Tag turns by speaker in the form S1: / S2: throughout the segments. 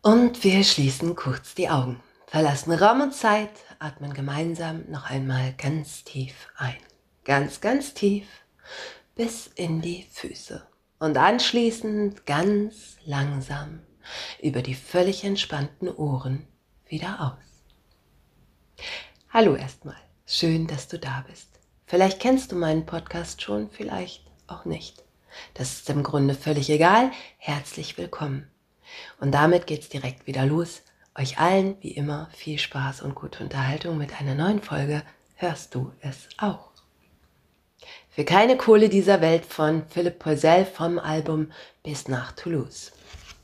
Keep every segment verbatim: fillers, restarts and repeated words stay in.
S1: Und wir schließen kurz die Augen, verlassen Raum und Zeit, atmen gemeinsam noch einmal ganz tief ein. Ganz, ganz tief bis in die Füße. Und anschließend ganz langsam über die völlig entspannten Ohren wieder aus. Hallo erstmal, schön, dass du da bist. Vielleicht kennst du meinen Podcast schon, vielleicht auch nicht. Das ist im Grunde völlig egal. Herzlich willkommen. Und damit geht's direkt wieder los. Euch allen, wie immer, viel Spaß und gute Unterhaltung mit einer neuen Folge. Hörst du es auch? Für keine Kohle dieser Welt von Philippe Poisel vom Album Bis nach Toulouse.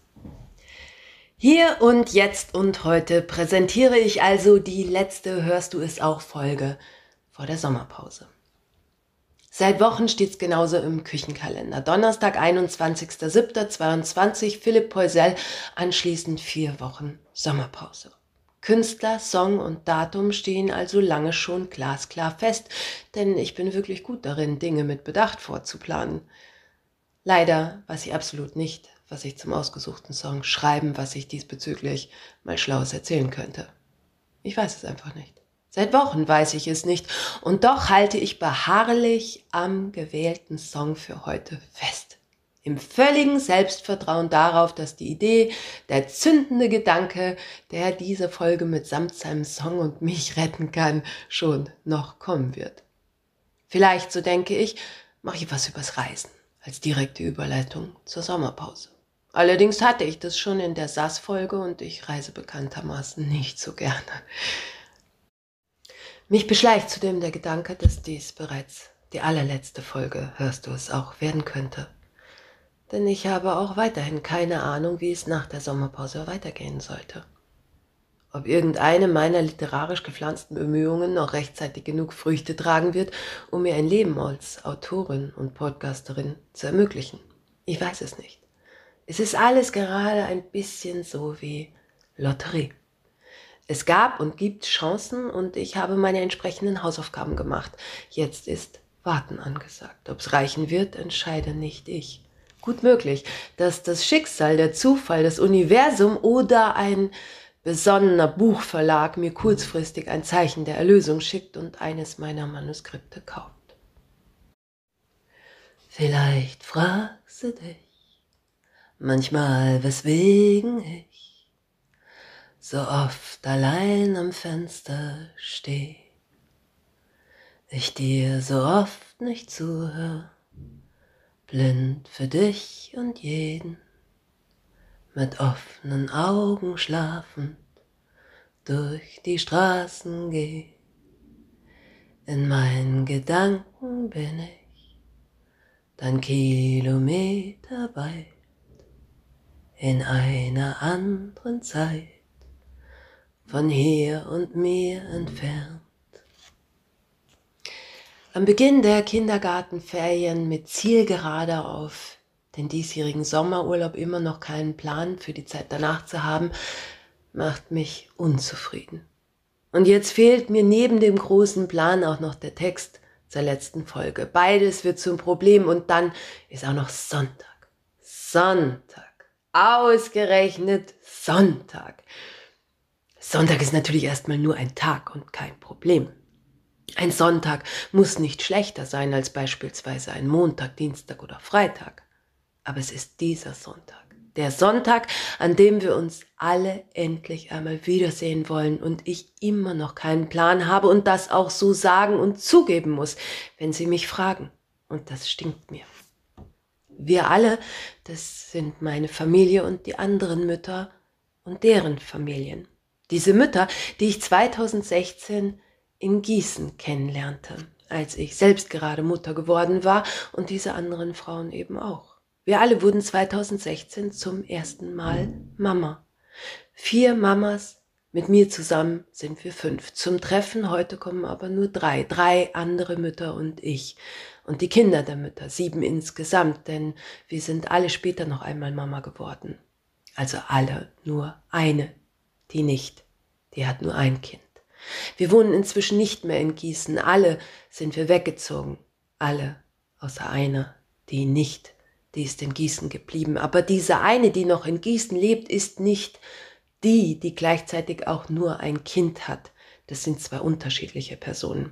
S1: Hier und jetzt und heute präsentiere ich also die letzte Hörst du es auch Folge vor der Sommerpause. Seit Wochen steht's genauso im Küchenkalender. Donnerstag, einundzwanzigster siebter zweiundzwanzig, Philippe Poisel, anschließend vier Wochen Sommerpause. Künstler, Song und Datum stehen also lange schon glasklar fest, denn ich bin wirklich gut darin, Dinge mit Bedacht vorzuplanen. Leider weiß ich absolut nicht, was ich zum ausgesuchten Song schreiben, was ich diesbezüglich mal Schlaues erzählen könnte. Ich weiß es einfach nicht. Seit Wochen weiß ich es nicht und doch halte ich beharrlich am gewählten Song für heute fest. Im völligen Selbstvertrauen darauf, dass die Idee, der zündende Gedanke, der diese Folge mitsamt seinem Song und mich retten kann, schon noch kommen wird. Vielleicht, so denke ich, mache ich was übers Reisen als direkte Überleitung zur Sommerpause. Allerdings hatte ich das schon in der S A S-Folge und ich reise bekanntermaßen nicht so gerne. Mich beschleicht zudem der Gedanke, dass dies bereits die allerletzte Folge Hörst du es auch werden könnte. Denn ich habe auch weiterhin keine Ahnung, wie es nach der Sommerpause weitergehen sollte. Ob irgendeine meiner literarisch gepflanzten Bemühungen noch rechtzeitig genug Früchte tragen wird, um mir ein Leben als Autorin und Podcasterin zu ermöglichen. Ich weiß es nicht. Es ist alles gerade ein bisschen so wie Lotterie. Es gab und gibt Chancen und ich habe meine entsprechenden Hausaufgaben gemacht. Jetzt ist Warten angesagt. Ob es reichen wird, entscheide nicht ich. Gut möglich, dass das Schicksal, der Zufall, das Universum oder ein besonnener Buchverlag mir kurzfristig ein Zeichen der Erlösung schickt und eines meiner Manuskripte kauft. Vielleicht fragst du dich manchmal, weswegen ich so oft allein am Fenster steh, ich dir so oft nicht zuhör, blind für dich und jeden, mit offenen Augen schlafend durch die Straßen geh. In meinen Gedanken bin ich dann Kilometer weit, in einer anderen Zeit, von hier und mir entfernt. Am Beginn der Kindergartenferien mit Zielgerade auf den diesjährigen Sommerurlaub immer noch keinen Plan für die Zeit danach zu haben, macht mich unzufrieden. Und jetzt fehlt mir neben dem großen Plan auch noch der Text zur letzten Folge. Beides wird zum Problem und dann ist auch noch Sonntag. Sonntag. Ausgerechnet Sonntag. Sonntag ist natürlich erstmal nur ein Tag und kein Problem. Ein Sonntag muss nicht schlechter sein als beispielsweise ein Montag, Dienstag oder Freitag. Aber es ist dieser Sonntag. Der Sonntag, an dem wir uns alle endlich einmal wiedersehen wollen und ich immer noch keinen Plan habe und das auch so sagen und zugeben muss, wenn sie mich fragen. Und das stinkt mir. Wir alle, das sind meine Familie und die anderen Mütter und deren Familien. Diese Mütter, die ich zweitausendsechzehn in Gießen kennenlernte, als ich selbst gerade Mutter geworden war und diese anderen Frauen eben auch. Wir alle wurden zweitausendsechzehn zum ersten Mal Mama. Vier Mamas, mit mir zusammen sind wir fünf. Zum Treffen heute kommen aber nur drei. Drei andere Mütter und ich. Und die Kinder der Mütter, sieben insgesamt, denn wir sind alle später noch einmal Mama geworden. Also alle, nur eine, die nicht. Die hat nur ein Kind. Wir wohnen inzwischen nicht mehr in Gießen. Alle sind wir weggezogen. Alle, außer einer, die nicht, die ist in Gießen geblieben. Aber diese eine, die noch in Gießen lebt, ist nicht die, die gleichzeitig auch nur ein Kind hat. Das sind zwei unterschiedliche Personen.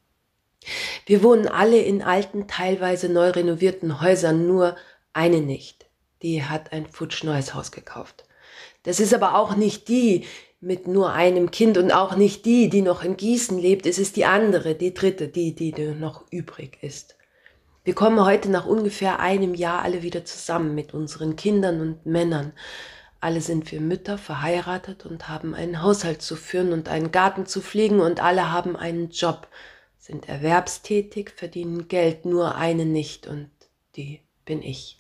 S1: Wir wohnen alle in alten, teilweise neu renovierten Häusern, nur eine nicht. Die hat ein futschneues Haus gekauft. Das ist aber auch nicht die mit nur einem Kind und auch nicht die, die noch in Gießen lebt. Es ist die andere, die dritte, die, die noch übrig ist. Wir kommen heute nach ungefähr einem Jahr alle wieder zusammen mit unseren Kindern und Männern. Alle sind wir Mütter, verheiratet und haben einen Haushalt zu führen und einen Garten zu pflegen und alle haben einen Job, sind erwerbstätig, verdienen Geld, nur eine nicht und die bin ich.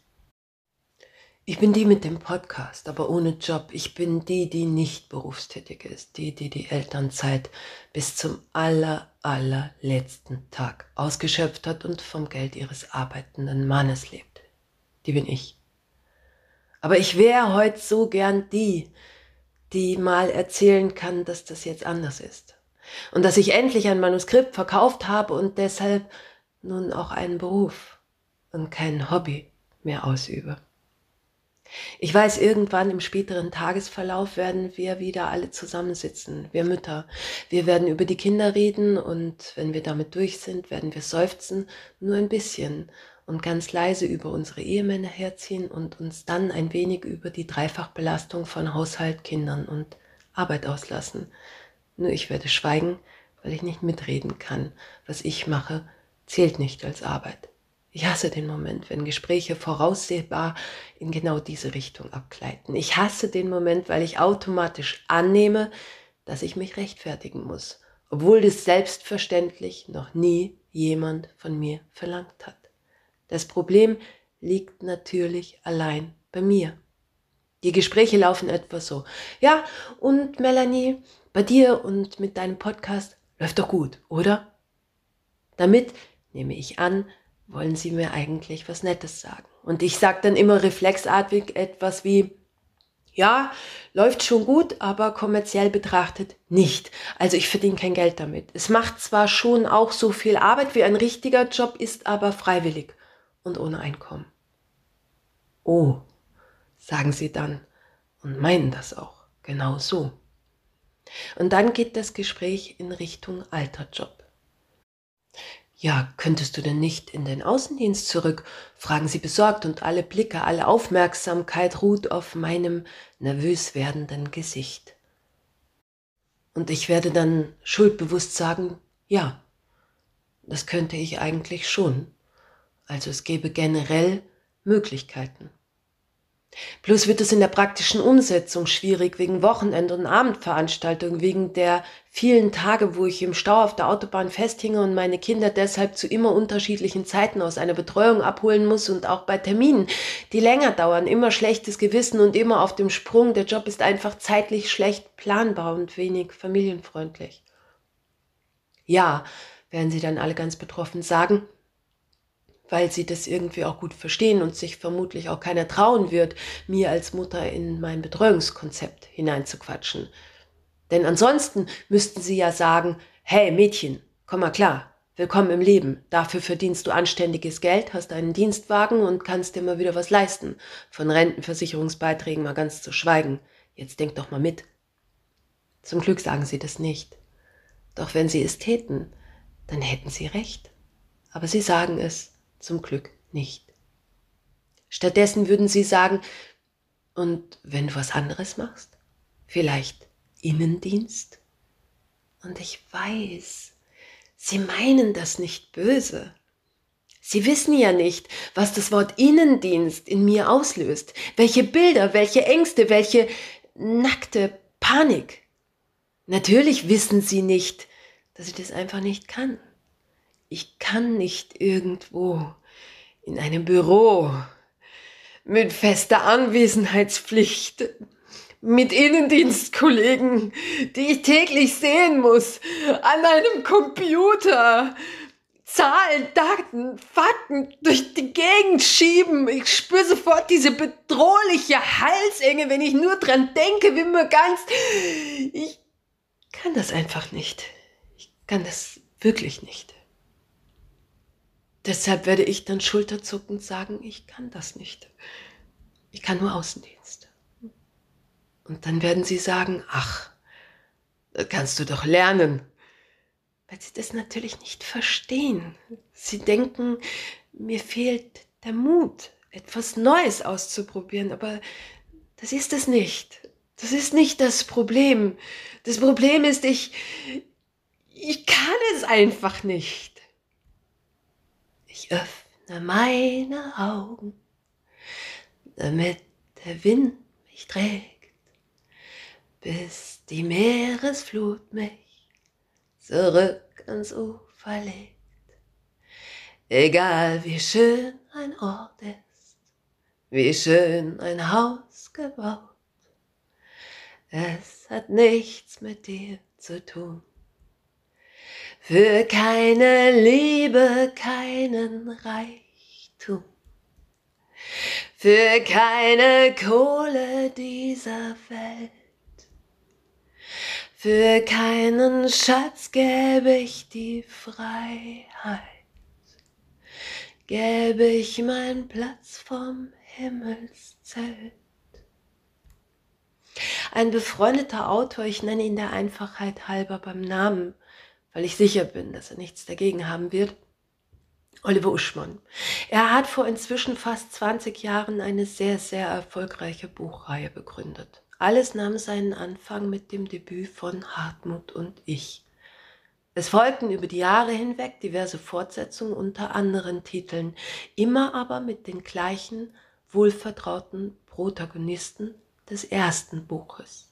S1: Ich bin die mit dem Podcast, aber ohne Job. Ich bin die, die nicht berufstätig ist, die, die die Elternzeit bis zum aller, allerletzten Tag ausgeschöpft hat und vom Geld ihres arbeitenden Mannes lebt. Die bin ich. Aber ich wäre heute so gern die, die mal erzählen kann, dass das jetzt anders ist. Und dass ich endlich ein Manuskript verkauft habe und deshalb nun auch einen Beruf und kein Hobby mehr ausübe. Ich weiß, irgendwann im späteren Tagesverlauf werden wir wieder alle zusammensitzen, wir Mütter. Wir werden über die Kinder reden und wenn wir damit durch sind, werden wir seufzen, nur ein bisschen und ganz leise über unsere Ehemänner herziehen und uns dann ein wenig über die Dreifachbelastung von Haushalt, Kindern und Arbeit auslassen. Nur ich werde schweigen, weil ich nicht mitreden kann. Was ich mache, zählt nicht als Arbeit. Ich hasse den Moment, wenn Gespräche voraussehbar in genau diese Richtung abgleiten. Ich hasse den Moment, weil ich automatisch annehme, dass ich mich rechtfertigen muss, obwohl das selbstverständlich noch nie jemand von mir verlangt hat. Das Problem liegt natürlich allein bei mir. Die Gespräche laufen etwa so. Ja, und Melanie, bei dir und mit deinem Podcast läuft doch gut, oder? Damit nehme ich an, wollen Sie mir eigentlich was Nettes sagen. Und ich sage dann immer reflexartig etwas wie, ja, läuft schon gut, aber kommerziell betrachtet nicht. Also ich verdiene kein Geld damit. Es macht zwar schon auch so viel Arbeit wie ein richtiger Job, ist aber freiwillig und ohne Einkommen. Oh, sagen Sie dann und meinen das auch genau so. Und dann geht das Gespräch in Richtung alter Job. Ja, könntest du denn nicht in den Außendienst zurück? Fragen sie besorgt und alle Blicke, alle Aufmerksamkeit ruht auf meinem nervös werdenden Gesicht. Und ich werde dann schuldbewusst sagen, ja, das könnte ich eigentlich schon. Also es gäbe generell Möglichkeiten. Bloß wird es in der praktischen Umsetzung schwierig, wegen Wochenend- und Abendveranstaltungen, wegen der vielen Tage, wo ich im Stau auf der Autobahn festhinge und meine Kinder deshalb zu immer unterschiedlichen Zeiten aus einer Betreuung abholen muss und auch bei Terminen, die länger dauern, immer schlechtes Gewissen und immer auf dem Sprung. Der Job ist einfach zeitlich schlecht planbar und wenig familienfreundlich. Ja, werden sie dann alle ganz betroffen sagen, weil sie das irgendwie auch gut verstehen und sich vermutlich auch keiner trauen wird, mir als Mutter in mein Betreuungskonzept hineinzuquatschen. Denn ansonsten müssten sie ja sagen, hey Mädchen, komm mal klar, willkommen im Leben. Dafür verdienst du anständiges Geld, hast einen Dienstwagen und kannst dir mal wieder was leisten. Von Rentenversicherungsbeiträgen mal ganz zu schweigen. Jetzt denk doch mal mit. Zum Glück sagen sie das nicht. Doch wenn sie es täten, dann hätten sie recht. Aber sie sagen es zum Glück nicht. Stattdessen würden sie sagen, und wenn du was anderes machst? Vielleicht Innendienst? Und ich weiß, sie meinen das nicht böse. Sie wissen ja nicht, was das Wort Innendienst in mir auslöst, welche Bilder, welche Ängste, welche nackte Panik. Natürlich wissen sie nicht, dass ich das einfach nicht kann. Ich kann nicht irgendwo in einem Büro mit fester Anwesenheitspflicht, mit Innendienstkollegen, die ich täglich sehen muss, an einem Computer, Zahlen, Daten, Fakten durch die Gegend schieben. Ich spüre sofort diese bedrohliche Halsenge, wenn ich nur dran denke, wie mir ganz... Ich kann das einfach nicht. Ich kann das wirklich nicht. Deshalb werde ich dann schulterzuckend sagen, ich kann das nicht. Ich kann nur Außendienst. Und dann werden sie sagen, ach, das kannst du doch lernen. Weil sie das natürlich nicht verstehen. Sie denken, mir fehlt der Mut, etwas Neues auszuprobieren, aber das ist es nicht. Das ist nicht das Problem. Das Problem ist, ich, ich kann es einfach nicht. Ich öffne meine Augen, damit der Wind mich trägt, bis die Meeresflut mich zurück ans Ufer legt. Egal wie schön ein Ort ist, wie schön ein Haus gebaut, es hat nichts mit dir zu tun. Für keine Liebe, keinen Reichtum, für keine Kohle dieser Welt, für keinen Schatz gäbe ich die Freiheit, gäbe ich meinen Platz vom Himmelszelt. Ein befreundeter Autor, ich nenne ihn der Einfachheit halber beim Namen, weil ich sicher bin, dass er nichts dagegen haben wird, Oliver Uschmann. Er hat vor inzwischen fast zwanzig Jahren eine sehr, sehr erfolgreiche Buchreihe begründet. Alles nahm seinen Anfang mit dem Debüt von Hartmut und ich. Es folgten über die Jahre hinweg diverse Fortsetzungen unter anderen Titeln, immer aber mit den gleichen wohlvertrauten Protagonisten des ersten Buches.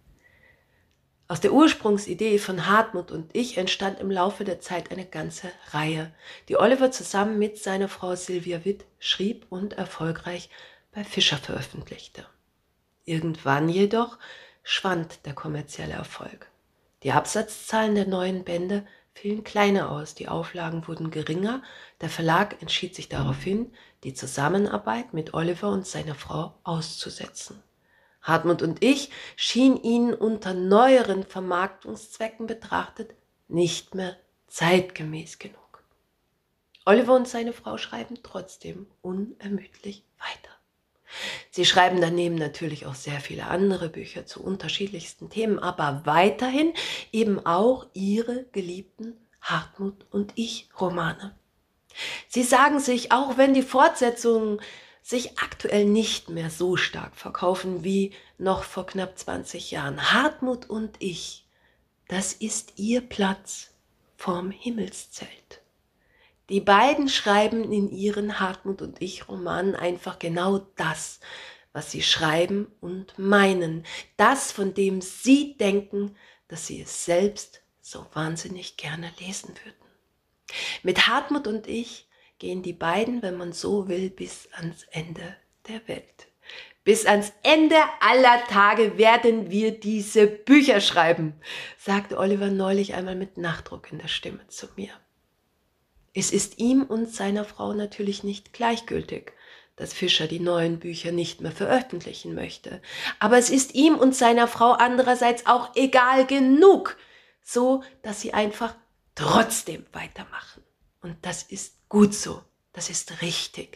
S1: Aus der Ursprungsidee von Hartmut und ich entstand im Laufe der Zeit eine ganze Reihe, die Oliver zusammen mit seiner Frau Sylvia Witt schrieb und erfolgreich bei Fischer veröffentlichte. Irgendwann jedoch schwand der kommerzielle Erfolg. Die Absatzzahlen der neuen Bände fielen kleiner aus, die Auflagen wurden geringer, der Verlag entschied sich daraufhin, die Zusammenarbeit mit Oliver und seiner Frau auszusetzen. Hartmut und ich schien ihnen unter neueren Vermarktungszwecken betrachtet nicht mehr zeitgemäß genug. Oliver und seine Frau schreiben trotzdem unermüdlich weiter. Sie schreiben daneben natürlich auch sehr viele andere Bücher zu unterschiedlichsten Themen, aber weiterhin eben auch ihre geliebten Hartmut und ich Romane. Sie sagen sich, auch wenn die Fortsetzungen sich aktuell nicht mehr so stark verkaufen wie noch vor knapp zwanzig Jahren, Hartmut und ich, das ist ihr Platz vorm Himmelszelt. Die beiden schreiben in ihren Hartmut und ich Romanen einfach genau das, was sie schreiben und meinen, das, von dem sie denken, dass sie es selbst so wahnsinnig gerne lesen würden. Mit Hartmut und ich gehen die beiden, wenn man so will, bis ans Ende der Welt. Bis ans Ende aller Tage werden wir diese Bücher schreiben, sagte Oliver neulich einmal mit Nachdruck in der Stimme zu mir. Es ist ihm und seiner Frau natürlich nicht gleichgültig, dass Fischer die neuen Bücher nicht mehr veröffentlichen möchte. Aber es ist ihm und seiner Frau andererseits auch egal genug, so dass sie einfach trotzdem weitermachen. Und das ist gut so, das ist richtig.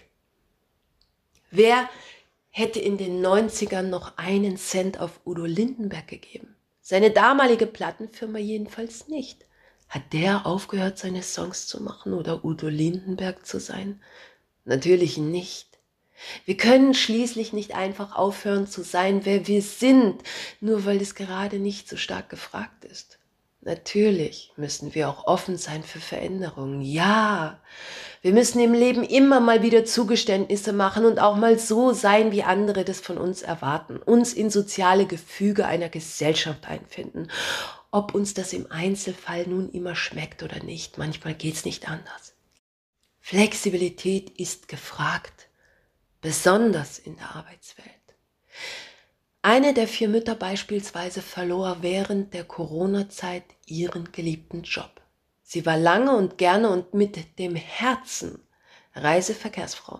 S1: Wer hätte in den neunzigern noch einen Cent auf Udo Lindenberg gegeben? Seine damalige Plattenfirma jedenfalls nicht. Hat der aufgehört, seine Songs zu machen oder Udo Lindenberg zu sein? Natürlich nicht. Wir können schließlich nicht einfach aufhören zu sein, wer wir sind, nur weil es gerade nicht so stark gefragt ist. Natürlich müssen wir auch offen sein für Veränderungen. Ja, wir müssen im Leben immer mal wieder Zugeständnisse machen und auch mal so sein, wie andere das von uns erwarten, uns in soziale Gefüge einer Gesellschaft einfinden. Ob uns das im Einzelfall nun immer schmeckt oder nicht, manchmal geht's nicht anders. Flexibilität ist gefragt, besonders in der Arbeitswelt. Eine der vier Mütter beispielsweise verlor während der Corona-Zeit ihren geliebten Job. Sie war lange und gerne und mit dem Herzen Reiseverkehrsfrau.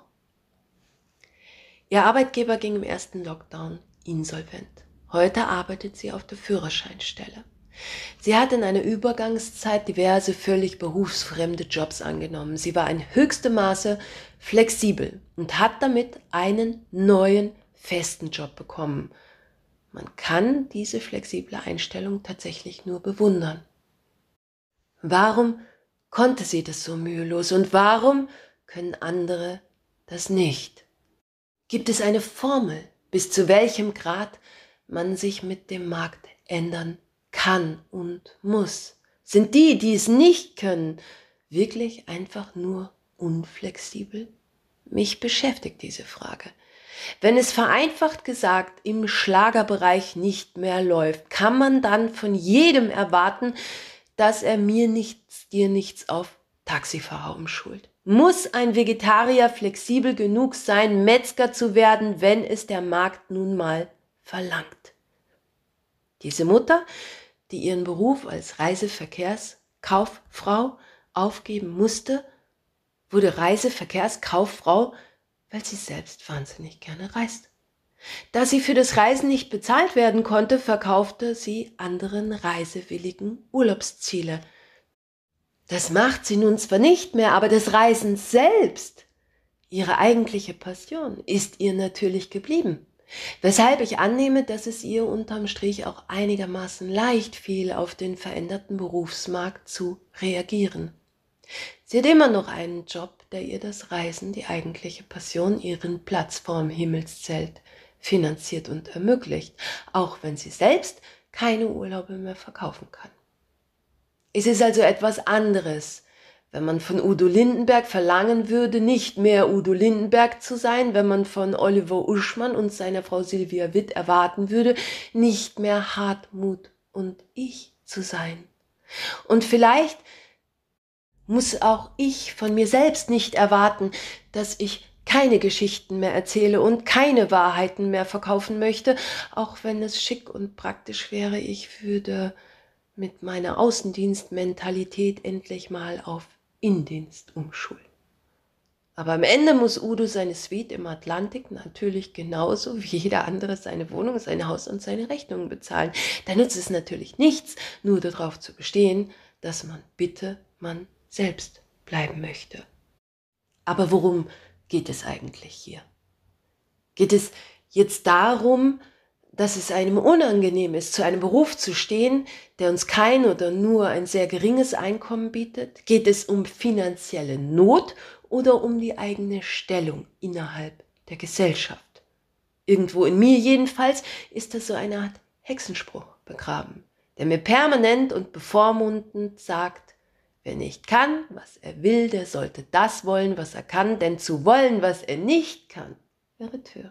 S1: Ihr Arbeitgeber ging im ersten Lockdown insolvent. Heute arbeitet sie auf der Führerscheinstelle. Sie hat in einer Übergangszeit diverse völlig berufsfremde Jobs angenommen. Sie war in höchstem Maße flexibel und hat damit einen neuen festen Job bekommen. Man kann diese flexible Einstellung tatsächlich nur bewundern. Warum konnte sie das so mühelos und warum können andere das nicht? Gibt es eine Formel, bis zu welchem Grad man sich mit dem Markt ändern kann und muss? Sind die, die es nicht können, wirklich einfach nur unflexibel? Mich beschäftigt diese Frage. Wenn es vereinfacht gesagt im Schlagerbereich nicht mehr läuft, kann man dann von jedem erwarten, dass er mir nichts, dir nichts auf Taxifahrer umschult. Muss ein Vegetarier flexibel genug sein, Metzger zu werden, wenn es der Markt nun mal verlangt? Diese Mutter, die ihren Beruf als Reiseverkehrskauffrau aufgeben musste, wurde Reiseverkehrskauffrau, weil sie selbst wahnsinnig gerne reist. Da sie für das Reisen nicht bezahlt werden konnte, verkaufte sie anderen reisewilligen Urlaubsziele. Das macht sie nun zwar nicht mehr, aber das Reisen selbst, ihre eigentliche Passion, ist ihr natürlich geblieben. Weshalb ich annehme, dass es ihr unterm Strich auch einigermaßen leicht fiel, auf den veränderten Berufsmarkt zu reagieren. Sie hat immer noch einen Job, der ihr das Reisen, die eigentliche Passion, ihren Platz vorm Himmelszelt finanziert und ermöglicht, auch wenn sie selbst keine Urlaube mehr verkaufen kann. Es ist also etwas anderes, wenn man von Udo Lindenberg verlangen würde, nicht mehr Udo Lindenberg zu sein, wenn man von Oliver Uschmann und seiner Frau Silvia Witt erwarten würde, nicht mehr Hartmut und ich zu sein. Und vielleicht muss auch ich von mir selbst nicht erwarten, dass ich keine Geschichten mehr erzähle und keine Wahrheiten mehr verkaufen möchte, auch wenn es schick und praktisch wäre, ich würde mit meiner Außendienstmentalität endlich mal auf Innendienst umschulen. Aber am Ende muss Udo seine Suite im Atlantik natürlich genauso wie jeder andere seine Wohnung, sein Haus und seine Rechnungen bezahlen. Da nützt es natürlich nichts, nur darauf zu bestehen, dass man bitte man selbst bleiben möchte. Aber worum geht es eigentlich hier? Geht es jetzt darum, dass es einem unangenehm ist, zu einem Beruf zu stehen, der uns kein oder nur ein sehr geringes Einkommen bietet? Geht es um finanzielle Not oder um die eigene Stellung innerhalb der Gesellschaft? Irgendwo in mir jedenfalls ist da so eine Art Hexenspruch begraben, der mir permanent und bevormundend sagt, wer nicht kann, was er will, der sollte das wollen, was er kann, denn zu wollen, was er nicht kann, wäre töricht.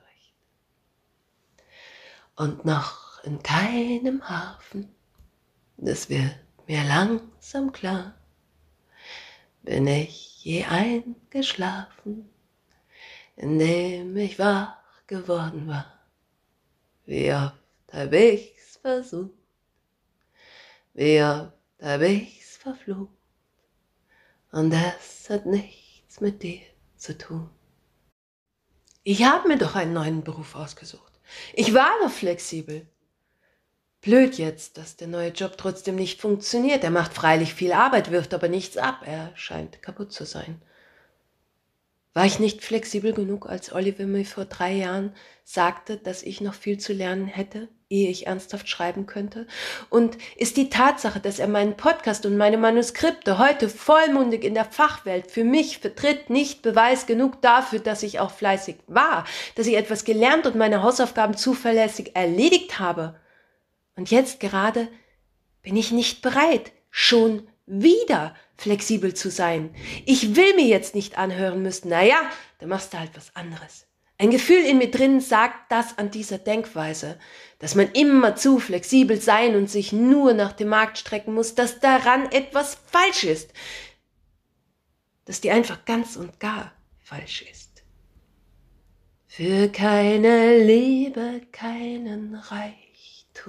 S1: Und noch in keinem Hafen, das wird mir langsam klar, bin ich je eingeschlafen, indem ich wach geworden war. Wie oft hab ich's versucht, wie oft hab ich's verflucht, und das hat nichts mit dir zu tun. Ich habe mir doch einen neuen Beruf ausgesucht. Ich war doch flexibel. Blöd jetzt, dass der neue Job trotzdem nicht funktioniert. Er macht freilich viel Arbeit, wirft aber nichts ab. Er scheint kaputt zu sein. War ich nicht flexibel genug, als Oliver mir vor drei Jahren sagte, dass ich noch viel zu lernen hätte, ehe ich ernsthaft schreiben könnte? Und ist die Tatsache, dass er meinen Podcast und meine Manuskripte heute vollmundig in der Fachwelt für mich vertritt, nicht Beweis genug dafür, dass ich auch fleißig war, dass ich etwas gelernt und meine Hausaufgaben zuverlässig erledigt habe? Und jetzt gerade bin ich nicht bereit, schon wieder flexibel zu sein. Ich will mir jetzt nicht anhören müssen, naja, dann machst du halt was anderes. Ein Gefühl in mir drin sagt das an dieser Denkweise, dass man immer zu flexibel sein und sich nur nach dem Markt strecken muss, dass daran etwas falsch ist, dass die einfach ganz und gar falsch ist. Für keine Liebe, keinen Reichtum,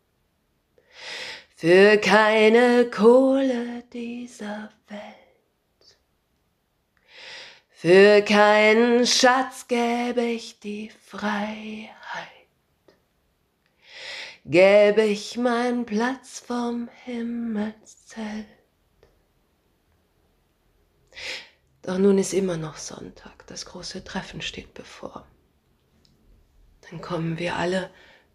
S1: für keine Kohle dieser Welt, für keinen Schatz gäbe ich die Freiheit, gäbe ich meinen Platz vom Himmelszelt. Doch nun ist immer noch Sonntag, das große Treffen steht bevor. Dann kommen wir alle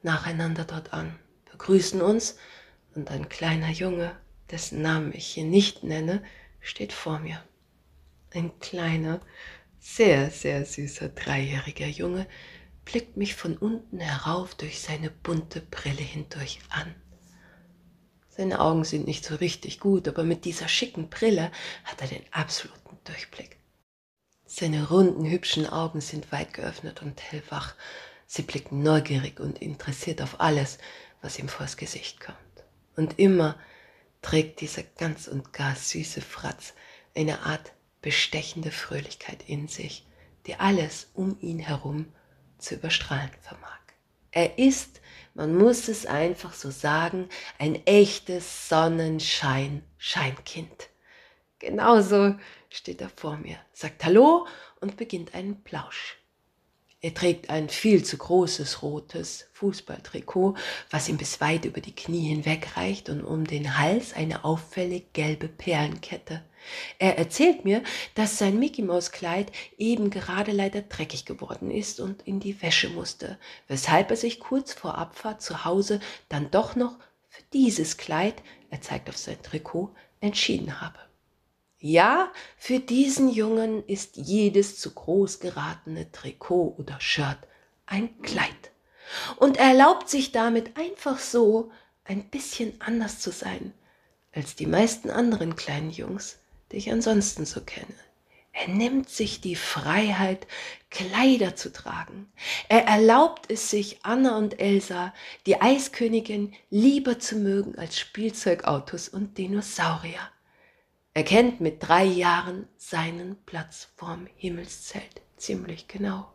S1: nacheinander dort an, begrüßen uns und ein kleiner Junge, dessen Namen ich hier nicht nenne, steht vor mir. Ein kleiner, sehr, sehr süßer dreijähriger Junge blickt mich von unten herauf durch seine bunte Brille hindurch an. Seine Augen sind nicht so richtig gut, aber mit dieser schicken Brille hat er den absoluten Durchblick. Seine runden, hübschen Augen sind weit geöffnet und hellwach. Sie blicken neugierig und interessiert auf alles, was ihm vors Gesicht kommt. Und immer trägt dieser ganz und gar süße Fratz eine Art bestechende Fröhlichkeit in sich, die alles um ihn herum zu überstrahlen vermag. Er ist, man muss es einfach so sagen, ein echtes Sonnenschein-Scheinkind. Genauso steht er vor mir, sagt Hallo und beginnt einen Plausch. Er trägt ein viel zu großes rotes Fußballtrikot, was ihm bis weit über die Knie hinweg reicht und um den Hals eine auffällig gelbe Perlenkette. Er erzählt mir, dass sein Mickey-Maus-Kleid eben gerade leider dreckig geworden ist und in die Wäsche musste, weshalb er sich kurz vor Abfahrt zu Hause dann doch noch für dieses Kleid, er zeigt auf sein Trikot, entschieden habe. Ja, für diesen Jungen ist jedes zu groß geratene Trikot oder Shirt ein Kleid. Und er erlaubt sich damit einfach so, ein bisschen anders zu sein als die meisten anderen kleinen Jungs, die ich ansonsten so kenne. Er nimmt sich die Freiheit, Kleider zu tragen. Er erlaubt es sich, Anna und Elsa, die Eiskönigin, lieber zu mögen als Spielzeugautos und Dinosaurier. Er kennt mit drei Jahren seinen Platz vorm Himmelszelt ziemlich genau.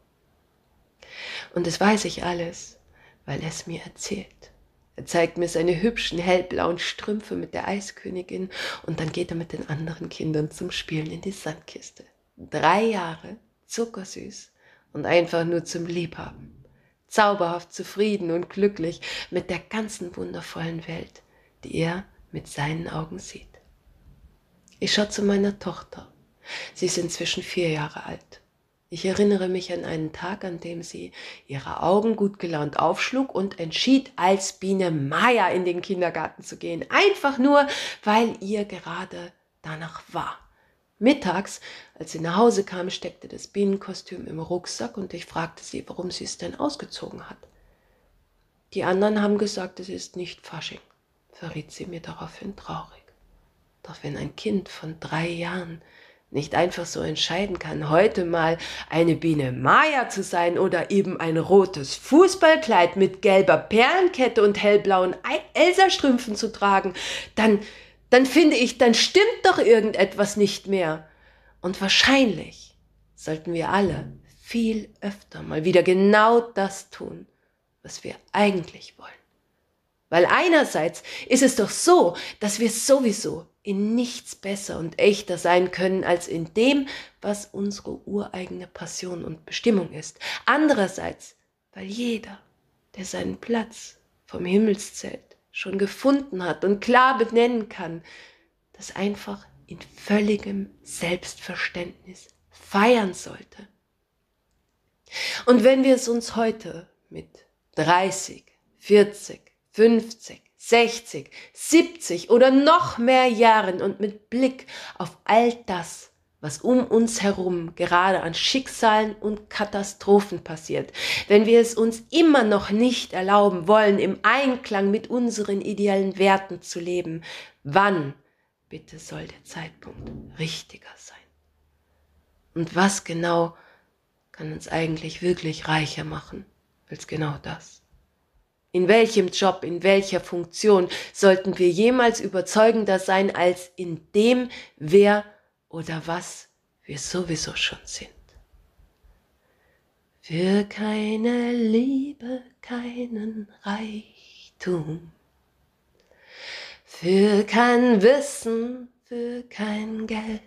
S1: Und das weiß ich alles, weil er es mir erzählt. Er zeigt mir seine hübschen hellblauen Strümpfe mit der Eiskönigin und dann geht er mit den anderen Kindern zum Spielen in die Sandkiste. Drei Jahre, zuckersüß und einfach nur zum Liebhaben. Zauberhaft zufrieden und glücklich mit der ganzen wundervollen Welt, die er mit seinen Augen sieht. Ich schaue zu meiner Tochter. Sie ist inzwischen vier Jahre alt. Ich erinnere mich an einen Tag, an dem sie ihre Augen gut gelaunt aufschlug und entschied, als Biene Maya in den Kindergarten zu gehen. Einfach nur, weil ihr gerade danach war. Mittags, als sie nach Hause kam, steckte das Bienenkostüm im Rucksack und ich fragte sie, warum sie es denn ausgezogen hat. Die anderen haben gesagt, es ist nicht Fasching, verriet sie mir daraufhin traurig. Doch wenn ein Kind von drei Jahren nicht einfach so entscheiden kann, heute mal eine Biene Maya zu sein oder eben ein rotes Fußballkleid mit gelber Perlenkette und hellblauen Elsa-Strümpfen zu tragen, dann, dann finde ich, dann stimmt doch irgendetwas nicht mehr. Und wahrscheinlich sollten wir alle viel öfter mal wieder genau das tun, was wir eigentlich wollen. Weil einerseits ist es doch so, dass wir sowieso in nichts besser und echter sein können als in dem, was unsere ureigene Passion und Bestimmung ist. Andererseits, weil jeder, der seinen Platz vom Himmelszelt schon gefunden hat und klar benennen kann, das einfach in völligem Selbstverständnis feiern sollte. Und wenn wir es uns heute mit dreißig, vierzig, fünfzig, sechzig, siebzig oder noch mehr Jahren und mit Blick auf all das, was um uns herum gerade an Schicksalen und Katastrophen passiert, wenn wir es uns immer noch nicht erlauben wollen, im Einklang mit unseren ideellen Werten zu leben, wann bitte soll der Zeitpunkt richtiger sein? Und was genau kann uns eigentlich wirklich reicher machen als genau das? In welchem Job, in welcher Funktion sollten wir jemals überzeugender sein als in dem, wer oder was wir sowieso schon sind? Für keine Liebe, keinen Reichtum, für kein Wissen, für kein Geld,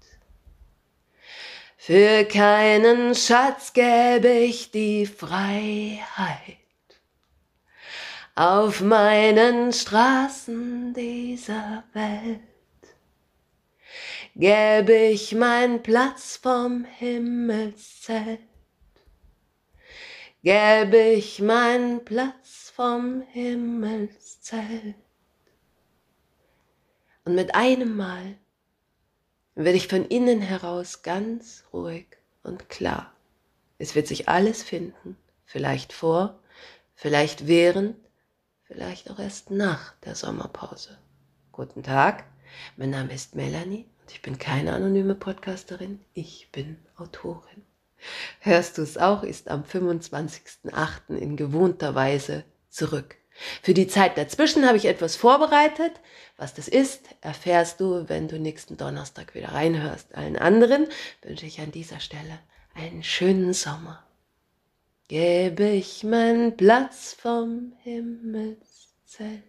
S1: für keinen Schatz gäbe ich die Freiheit. Auf meinen Straßen dieser Welt gäbe ich meinen Platz vom Himmelszelt, gäbe ich meinen Platz vom Himmelszelt. Und mit einem Mal werde ich von innen heraus ganz ruhig und klar. Es wird sich alles finden, vielleicht vor, vielleicht während, vielleicht auch erst nach der Sommerpause. Guten Tag, mein Name ist Melanie und ich bin keine anonyme Podcasterin, ich bin Autorin. Hörst du es auch, ist am fünfundzwanzigsten achten in gewohnter Weise zurück. Für die Zeit dazwischen habe ich etwas vorbereitet. Was das ist, erfährst du, wenn du nächsten Donnerstag wieder reinhörst. Allen anderen wünsche ich an dieser Stelle einen schönen Sommer. Gäbe ich meinen Platz vom Himmelszelt.